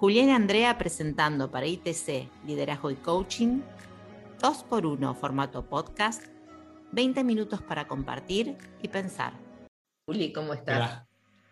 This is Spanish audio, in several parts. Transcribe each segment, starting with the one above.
Julián y Andrea presentando para ITC Liderazgo y Coaching, 2x1 formato podcast, 20 minutos para compartir y pensar. Juli, ¿cómo estás? Hola.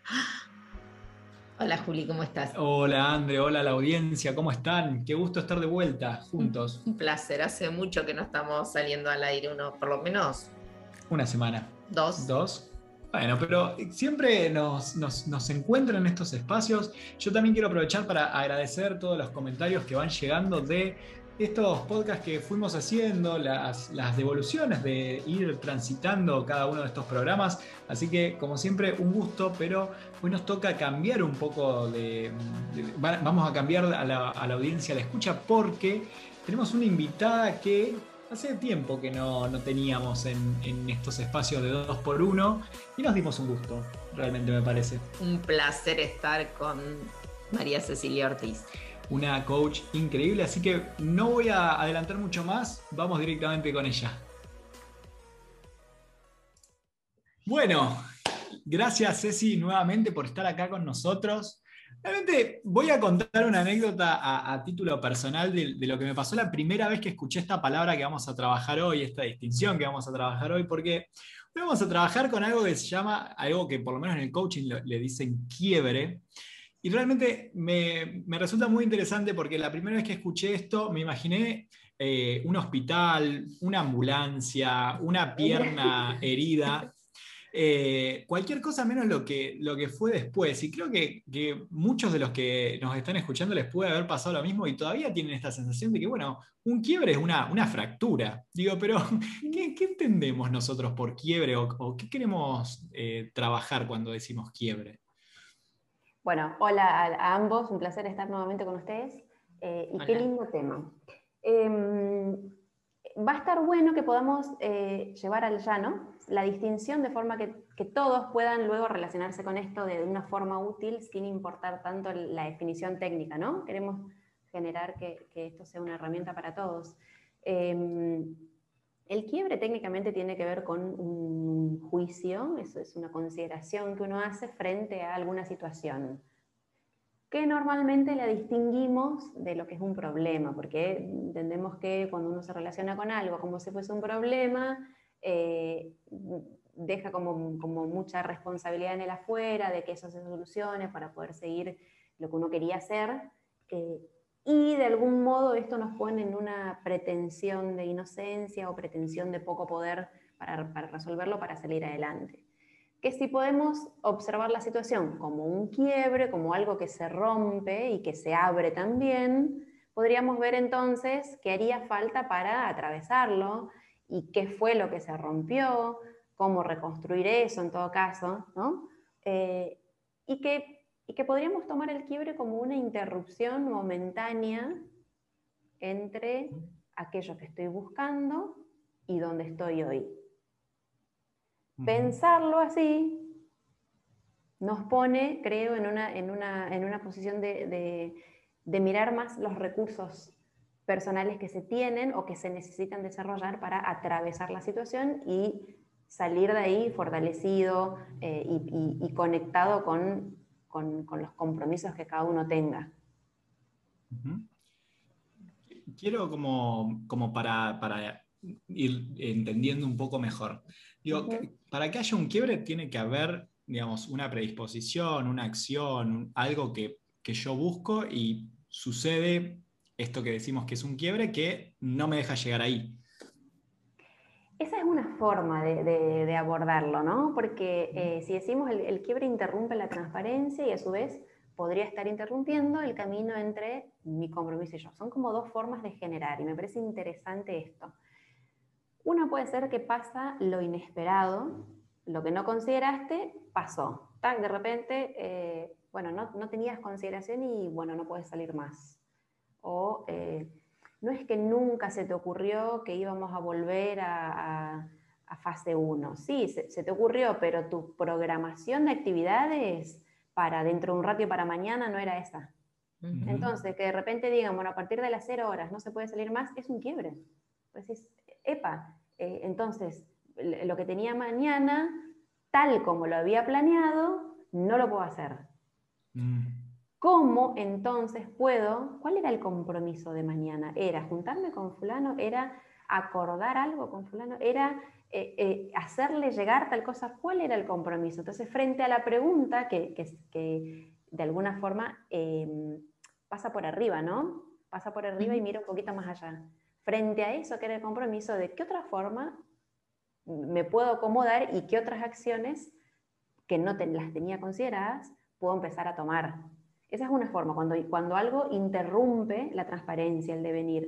Hola Juli, ¿cómo estás? Hola Andre, hola a la audiencia, ¿cómo están? Qué gusto estar de vuelta juntos. Un placer, hace mucho que no estamos saliendo al aire, por lo menos Una semana. dos. ¿Dos? Bueno, pero siempre nos encuentran en estos espacios. Yo también quiero aprovechar para agradecer todos los comentarios que van llegando de estos podcasts que fuimos haciendo, las devoluciones de ir transitando cada uno de estos programas. Así que, como siempre, un gusto, pero hoy nos toca cambiar un poco vamos a cambiar a la audiencia, a la escucha, porque tenemos una invitada que hace tiempo que no teníamos en estos espacios de 2x1 y nos dimos un gusto, realmente me parece. Un placer estar con María Cecilia Ortiz. Una coach increíble, así que no voy a adelantar mucho más, vamos directamente con ella. Bueno, gracias Ceci nuevamente por estar acá con nosotros. Realmente voy a contar una anécdota a título personal de lo que me pasó la primera vez que escuché esta palabra que vamos a trabajar hoy, esta distinción que vamos a trabajar hoy, porque hoy vamos a trabajar con algo que se llama, algo que por lo menos en el coaching le dicen quiebre. Y realmente me resulta muy interesante porque la primera vez que escuché esto me imaginé un hospital, una ambulancia, una pierna herida. Cualquier cosa menos lo que fue después. Y creo que muchos de los que nos están escuchando les puede haber pasado lo mismo y todavía tienen esta sensación de que, bueno, un quiebre es una fractura. Digo, pero ¿qué entendemos nosotros por quiebre o qué queremos trabajar cuando decimos quiebre? Bueno, hola a ambos, un placer estar nuevamente con ustedes. Y Hola. qué lindo tema. Va a estar bueno que podamos llevar al llano la distinción de forma que todos puedan luego relacionarse con esto de una forma útil sin importar tanto la definición técnica, ¿no? Queremos generar que esto sea una herramienta para todos. El quiebre técnicamente tiene que ver con un juicio, eso es una consideración que uno hace frente a alguna situación, que normalmente la distinguimos de lo que es un problema, porque entendemos que cuando uno se relaciona con algo como si fuese un problema, deja como mucha responsabilidad en el afuera, de que eso se solucione para poder seguir lo que uno quería hacer, y de algún modo esto nos pone en una pretensión de inocencia o pretensión de poco poder para resolverlo, para salir adelante. Que si podemos observar la situación como un quiebre, como algo que se rompe y que se abre también, podríamos ver entonces qué haría falta para atravesarlo y qué fue lo que se rompió, cómo reconstruir eso en todo caso, ¿no? Y que podríamos tomar el quiebre como una interrupción momentánea entre aquello que estoy buscando y donde estoy hoy. Pensarlo así nos pone, creo, en una posición de mirar más los recursos personales que se tienen o que se necesitan desarrollar para atravesar la situación y salir de ahí fortalecido y conectado con los compromisos que cada uno tenga. Quiero como para ir entendiendo un poco mejor. Digo, para que haya un quiebre tiene que haber, digamos, una predisposición, una acción, algo que yo busco y sucede esto que decimos que es un quiebre que no me deja llegar ahí. Esa es una forma de abordarlo, ¿no? Porque si decimos el quiebre interrumpe la transparencia y a su vez podría estar interrumpiendo el camino entre mi compromiso y yo. Son como dos formas de generar y me parece interesante esto. Una puede ser que pasa lo inesperado, lo que no consideraste pasó. ¡Tac! De repente, bueno, no tenías consideración y bueno, no puedes salir más. O no es que nunca se te ocurrió que íbamos a volver a fase 1. Sí, se te ocurrió, pero tu programación de actividades para dentro de un rato y para mañana no era esa. Entonces, que de repente digan, bueno, a partir de las 0 horas no se puede salir más, es un quiebre. Pues es, epa, entonces, lo que tenía mañana, tal como lo había planeado, no lo puedo hacer. ¿Cómo entonces puedo? ¿Cuál era el compromiso de mañana? ¿Era juntarme con fulano? ¿Era acordar algo con fulano? ¿Era hacerle llegar tal cosa? ¿Cuál era el compromiso? Entonces, frente a la pregunta que de alguna forma pasa por arriba, ¿no? Pasa por arriba y mira un poquito más allá. Frente a eso que era el compromiso, ¿de qué otra forma me puedo acomodar y qué otras acciones que no las tenía consideradas puedo empezar a tomar? Esa es una forma, cuando algo interrumpe la transparencia, el devenir.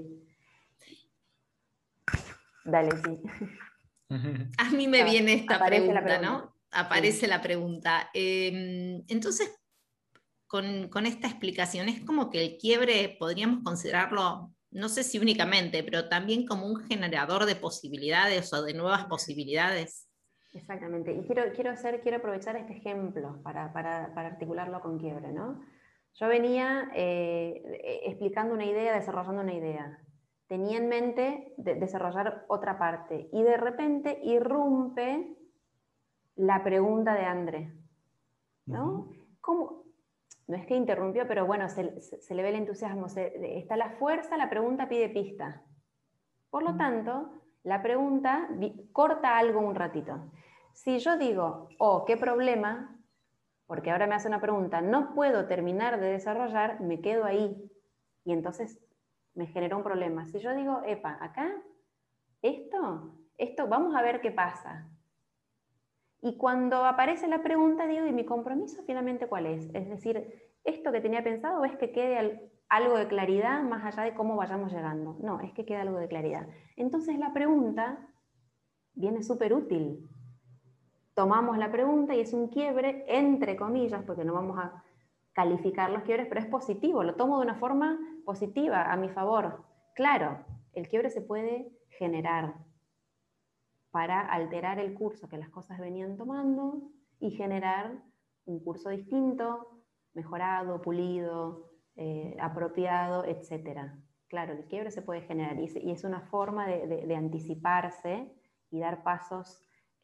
Dale, sí. A mí me viene esta pregunta, ¿no? Aparece Sí. la pregunta. Entonces, con esta explicación, es como que el quiebre podríamos considerarlo, no sé si únicamente, pero también como un generador de posibilidades o de nuevas posibilidades. Exactamente. Y quiero aprovechar este ejemplo para articularlo con quiebre, ¿no? Yo venía explicando una idea, desarrollando una idea. Tenía en mente desarrollar otra parte y de repente irrumpe la pregunta de André, ¿no? ¿Cómo? No es que interrumpió, pero bueno, se le ve el entusiasmo, está la fuerza, la pregunta pide pista. Por lo tanto, la pregunta corta algo un ratito. Si yo digo, oh, qué problema, porque ahora me hace una pregunta, no puedo terminar de desarrollar, me quedo ahí. Y entonces me generó un problema. Si yo digo, epa, acá, esto, vamos a ver qué pasa. Y cuando aparece la pregunta, digo, ¿y mi compromiso finalmente cuál es? Es decir, ¿esto que tenía pensado es que quede algo de claridad más allá de cómo vayamos llegando? No, es que quede algo de claridad. Entonces la pregunta viene súper útil. Tomamos la pregunta y es un quiebre, entre comillas, porque no vamos a calificar los quiebres, pero es positivo, lo tomo de una forma positiva, a mi favor. Claro, el quiebre se puede generar para alterar el curso que las cosas venían tomando y generar un curso distinto, mejorado, pulido, apropiado, etc. Claro, el quiebre se puede generar y es una forma de anticiparse y dar pasos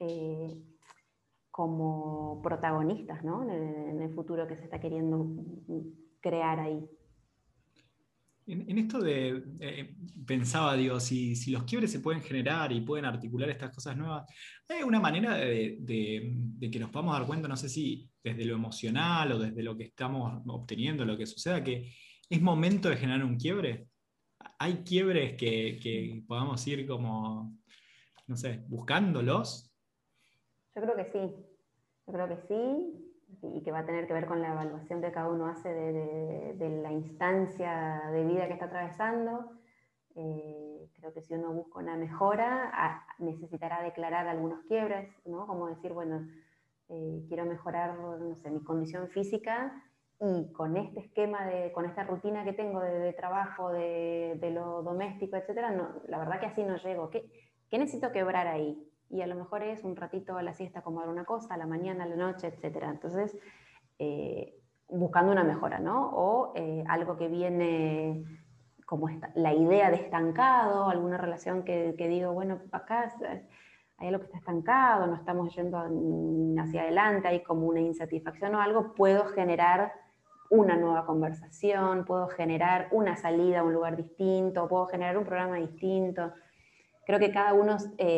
como protagonistas, ¿no? En el futuro que se está queriendo crear ahí. En esto pensaba, digo, si los quiebres se pueden generar y pueden articular estas cosas nuevas, ¿hay una manera de que nos podamos dar cuenta, no sé si desde lo emocional o desde lo que estamos obteniendo, lo que suceda, que es momento de generar un quiebre? ¿Hay quiebres que podamos ir como, no sé, buscándolos? Yo creo que sí, yo creo que sí, y que va a tener que ver con la evaluación que cada uno hace de la instancia de vida que está atravesando. Creo que si uno busca una mejora, necesitará declarar algunos quiebres, ¿no? Como decir, bueno, quiero mejorar, no sé, mi condición física y con este esquema, con esta rutina que tengo de trabajo, de lo doméstico, etcétera, no, la verdad que así no llego. ¿Qué necesito quebrar ahí? Y a lo mejor es un ratito a la siesta comer una cosa, a la mañana, a la noche, etcétera. Entonces, buscando una mejora, ¿no? O algo que viene como la idea de estancado, alguna relación que digo, bueno, acá hay algo que está estancado, no estamos yendo hacia adelante, hay como una insatisfacción o algo, puedo generar una nueva conversación, puedo generar una salida a un lugar distinto, puedo generar un programa distinto. Creo que cada uno,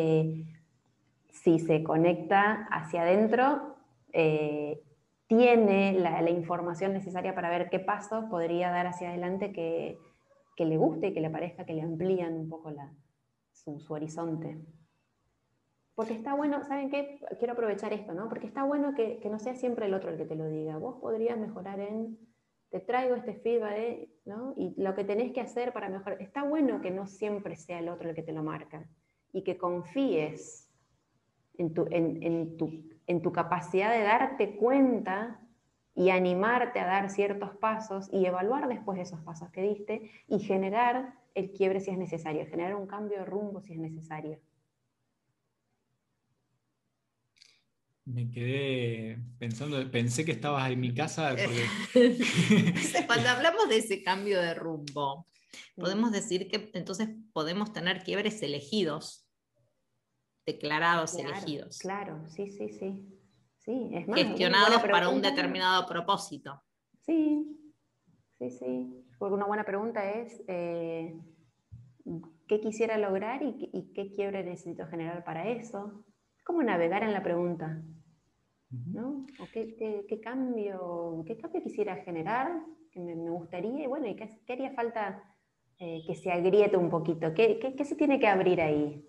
si se conecta hacia adentro, tiene la información necesaria para ver qué pasos podría dar hacia adelante que le guste y que le parezca que le amplían un poco su horizonte. Porque está bueno, ¿saben qué? Quiero aprovechar esto, ¿no? Porque está bueno que no sea siempre el otro el que te lo diga. Vos podrías mejorar te traigo este feedback, ¿no? Y lo que tenés que hacer para mejorar. Está bueno que no siempre sea el otro el que te lo marca. Y que confíes en tu capacidad de darte cuenta y animarte a dar ciertos pasos y evaluar después esos pasos que diste y generar el quiebre si es necesario, generar un cambio de rumbo si es necesario. Me quedé pensando, pensé que estabas en mi casa porque... Entonces, cuando hablamos de ese cambio de rumbo, podemos decir que entonces podemos tener quiebres elegidos, declarados elegidos. Claro, sí, sí, sí. Sí, es más, muy buena gestionados para un pregunta. determinado propósito. Sí, sí, sí. Porque una buena pregunta es ¿qué quisiera lograr y qué quiebre necesito generar para eso? ¿Cómo navegar en la pregunta? ¿No? ¿O qué cambio quisiera generar? Que me gustaría, y bueno, ¿y qué haría falta que se agriete un poquito? ¿Qué se tiene que abrir ahí?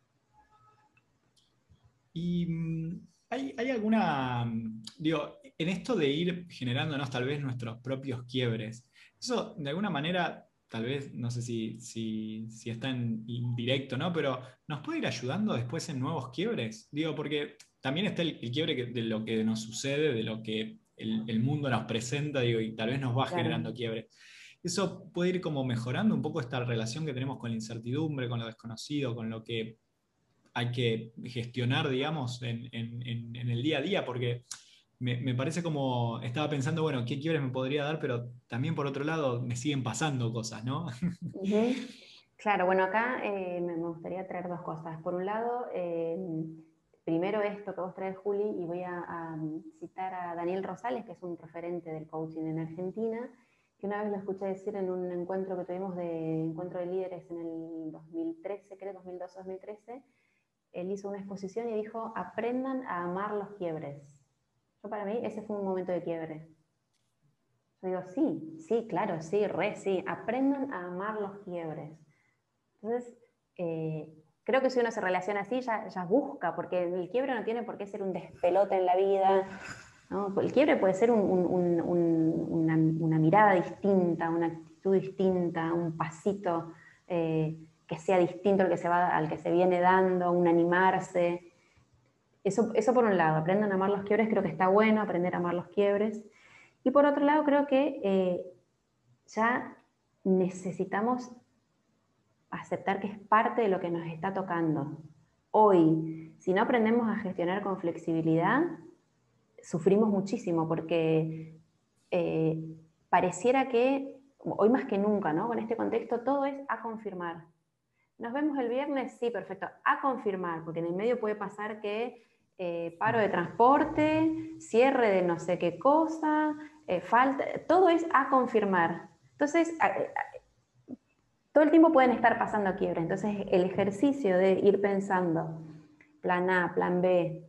Y hay alguna, digo, en esto de ir generándonos tal vez nuestros propios quiebres, eso de alguna manera, tal vez, no sé si está en directo, ¿no? Pero nos puede ir ayudando después en nuevos quiebres. Digo, porque también está el quiebre de lo que nos sucede, de lo que el mundo nos presenta, digo, y tal vez nos va Claro. generando quiebres. Eso puede ir como mejorando un poco esta relación que tenemos con la incertidumbre, con lo desconocido, con lo que hay que gestionar, digamos, en el día a día, porque me parece como, estaba pensando, bueno, ¿qué quiebres me podría dar? Pero también por otro lado me siguen pasando cosas, ¿no? Ujú. Claro, bueno, acá me gustaría traer dos cosas. Por un lado, primero esto que vos traes, Juli, y voy a citar a Daniel Rosales, que es un referente del coaching en Argentina, que una vez lo escuché decir en un encuentro que tuvimos de encuentro de líderes en el 2013, creo, 2012-2013. Él hizo una exposición y dijo, aprendan a amar los quiebres. Yo, para mí, ese fue un momento de quiebre. Yo digo, sí, sí, claro, sí, sí, aprendan a amar los quiebres. Entonces, creo que si uno se relaciona así, ya busca, porque el quiebre no tiene por qué ser un despelote en la vida, ¿no? El quiebre puede ser una mirada distinta, una actitud distinta, un pasito que sea distinto al que se viene dando, un animarse. Eso por un lado, aprendan a amar los quiebres, creo que está bueno aprender a amar los quiebres. Y por otro lado, creo que ya necesitamos aceptar que es parte de lo que nos está tocando. Hoy, si no aprendemos a gestionar con flexibilidad, sufrimos muchísimo porque pareciera que, hoy más que nunca, ¿no? Con este contexto, todo es a confirmar. Nos vemos el viernes, sí, perfecto, a confirmar, porque en el medio puede pasar que paro de transporte, cierre de no sé qué cosa, falta, todo es a confirmar. Entonces, todo el tiempo pueden estar pasando quiebres. Entonces, el ejercicio de ir pensando plan A, plan B,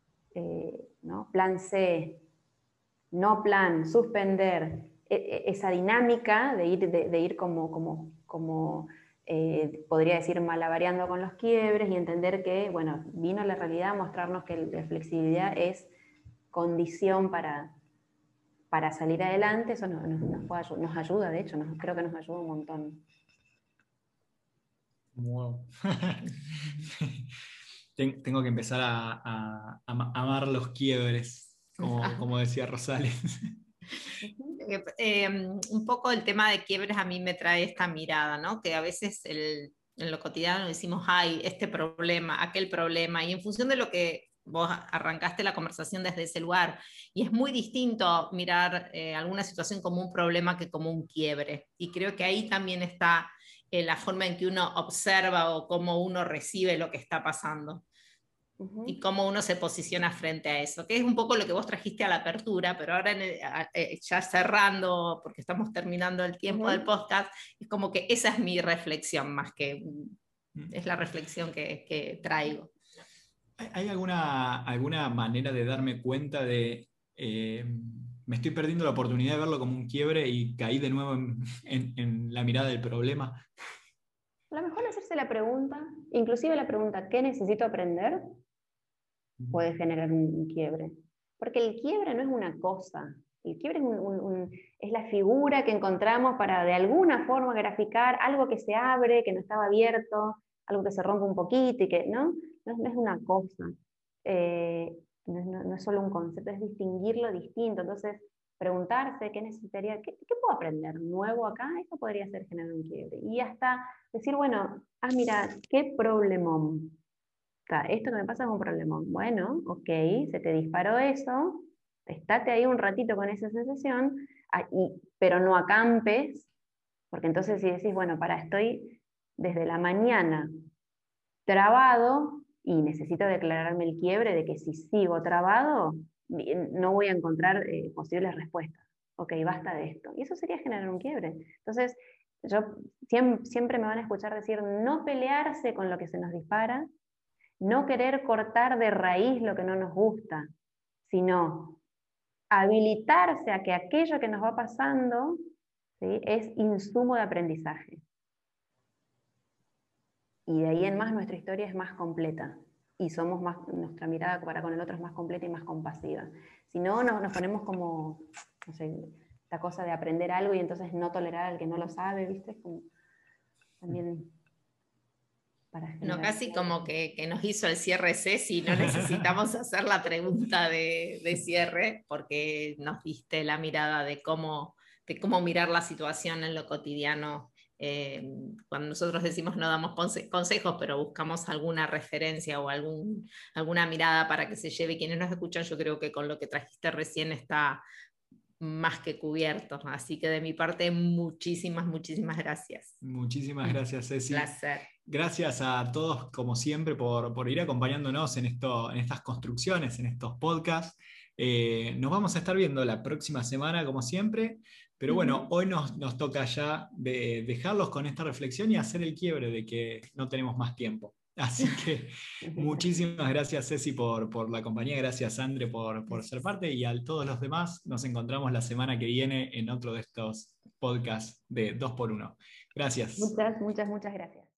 ¿no? Plan C, no plan, suspender, esa dinámica de ir como podría decir, malabareando con los quiebres y entender que, bueno, vino la realidad a mostrarnos que la flexibilidad es condición para salir adelante. Eso nos ayuda, de hecho, creo que nos ayuda un montón. Wow. Tengo que empezar a amar los quiebres, como decía Rosales. Un poco el tema de quiebres a mí me trae esta mirada, ¿no? Que a veces en lo cotidiano decimos, ay, este problema, aquel problema, y en función de lo que vos arrancaste la conversación desde ese lugar, y es muy distinto mirar alguna situación como un problema que como un quiebre, y creo que ahí también está la forma en que uno observa o cómo uno recibe lo que está pasando y cómo uno se posiciona frente a eso, que es un poco lo que vos trajiste a la apertura, pero ahora ya cerrando, porque estamos terminando el tiempo del podcast, es como que esa es mi reflexión, más que es la reflexión que traigo. ¿Hay alguna manera de darme cuenta de me estoy perdiendo la oportunidad de verlo como un quiebre y caí de nuevo en la mirada del problema? A lo mejor hacerse la pregunta, inclusive la pregunta, ¿qué necesito aprender? Puede generar un quiebre. Porque el quiebre no es una cosa, el quiebre es la figura que encontramos para de alguna forma graficar algo que se abre, que no estaba abierto, algo que se rompe un poquito y que no es una cosa. No es solo un concepto, es distinguirlo distinto. Entonces, preguntarse qué necesitaría, qué puedo aprender nuevo acá, eso podría ser generar un quiebre. Y hasta decir, bueno, mira, qué problemón. Esto que me pasa es un problemón. Bueno, ok, se te disparó eso, estate ahí un ratito con esa sensación, pero no acampes, porque entonces si decís, bueno, estoy desde la mañana trabado y necesito declararme el quiebre de que si sigo trabado, no voy a encontrar posibles respuestas. ok, basta de esto. Y eso sería generar un quiebre. Entonces, yo siempre me van a escuchar decir, no pelearse con lo que se nos dispara, no querer cortar de raíz lo que no nos gusta, sino habilitarse a que aquello que nos va pasando, ¿sí?, es insumo de aprendizaje. Y de ahí en más nuestra historia es más completa. Y somos más, nuestra mirada para con el otro es más completa y más compasiva. Si no, nos ponemos como, no sé, esta cosa de aprender algo y entonces no tolerar al que no lo sabe, ¿viste? Como también para generar... No, casi como que nos hizo el cierre Ceci, no necesitamos hacer la pregunta de cierre, porque nos diste la mirada de cómo mirar la situación en lo cotidiano. Cuando nosotros decimos no damos consejos, pero buscamos alguna referencia o alguna mirada para que se lleve quienes nos escuchan, yo creo que con lo que trajiste recién está más que cubierto. Así que de mi parte, muchísimas, muchísimas gracias. Muchísimas gracias, Ceci. Placer. Gracias a todos, como siempre, por ir acompañándonos en estas construcciones, en estos podcasts. Nos vamos a estar viendo la próxima semana, como siempre. Pero bueno, hoy nos toca ya dejarlos con esta reflexión y hacer el quiebre de que no tenemos más tiempo. Así que muchísimas gracias, Ceci, por la compañía. Gracias, Andre, por ser parte. Y a todos los demás, nos encontramos la semana que viene en otro de estos podcasts de 2x1. Gracias. Muchas, muchas, muchas gracias.